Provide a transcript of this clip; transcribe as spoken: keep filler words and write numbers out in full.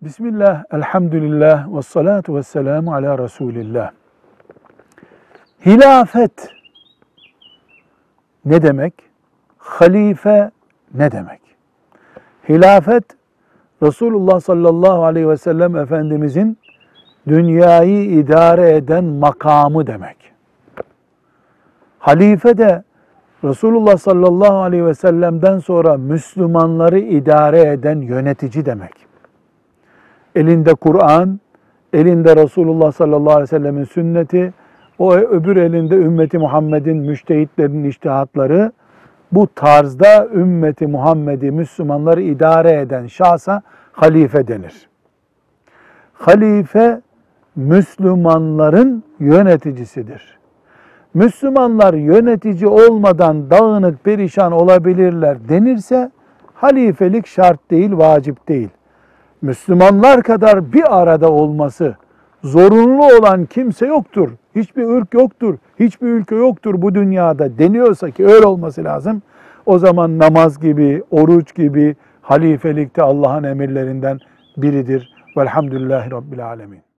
Bismillah, elhamdülillah, ve salatu ve selamu ala Resulillah. Hilafet ne demek? Halife ne demek? Hilafet, Resulullah sallallahu aleyhi ve sellem Efendimizin dünyayı idare eden makamı demek. Halife de Resulullah sallallahu aleyhi ve sellem'den sonra Müslümanları idare eden yönetici demek. Elinde Kur'an, elinde Resulullah sallallahu aleyhi ve sellemin sünneti, o öbür elinde ümmeti Muhammed'in müştehitlerinin içtihatları, bu tarzda ümmeti Muhammed'i, Müslümanları idare eden şahsa halife denir. Halife, Müslümanların yöneticisidir. Müslümanlar yönetici olmadan dağınık perişan olabilirler denirse, halifelik şart değil, vacip değil. Müslümanlar kadar bir arada olması zorunlu olan kimse yoktur. Hiçbir ırk yoktur, hiçbir ülke yoktur bu dünyada deniyorsa ki öyle olması lazım. O zaman namaz gibi, oruç gibi halifelikte Allah'ın emirlerinden biridir. Velhamdülillahi Rabbil Alemin.